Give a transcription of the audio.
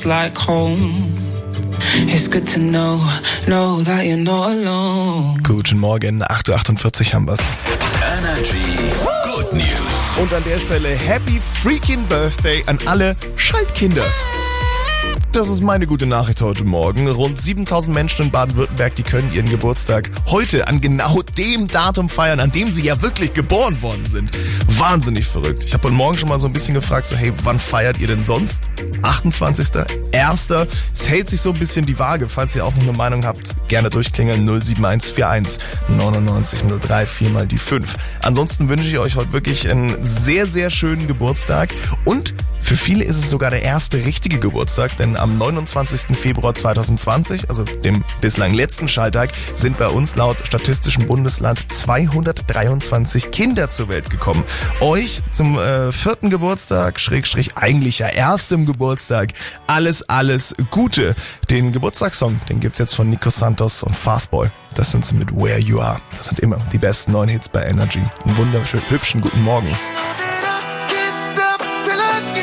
feels like home. It's good to know that you're not alone. Guten Morgen, 8.48 Uhr haben wir's. Energy Good News. Und an der Stelle Happy Freaking Birthday an alle Schaltkinder. Das ist meine gute Nachricht heute Morgen. Rund 7000 Menschen in Baden-Württemberg, die können ihren Geburtstag heute an genau dem Datum feiern, an dem sie ja wirklich geboren worden sind. Wahnsinnig verrückt. Ich habe heute Morgen schon mal so ein bisschen gefragt, so hey, wann feiert ihr denn sonst? 28.01. Es hält sich so ein bisschen die Waage. Falls ihr auch noch eine Meinung habt, gerne durchklingeln 07141 99 03 4 mal die 5. Ansonsten wünsche ich euch heute wirklich einen sehr, sehr schönen Geburtstag und für viele ist es sogar der erste richtige Geburtstag, denn am 29. Februar 2020, also dem bislang letzten Schalltag, sind bei uns laut Statistischem Bundesland 223 Kinder zur Welt gekommen. Euch zum 4. Geburtstag, / eigentlich ja erstem Geburtstag, alles Gute. Den Geburtstagssong, den gibt's jetzt von Nico Santos und Fastboy. Das sind sie mit Where You Are. Das sind immer die besten neuen Hits bei Energy. Einen wunderschönen, hübschen guten Morgen. Till I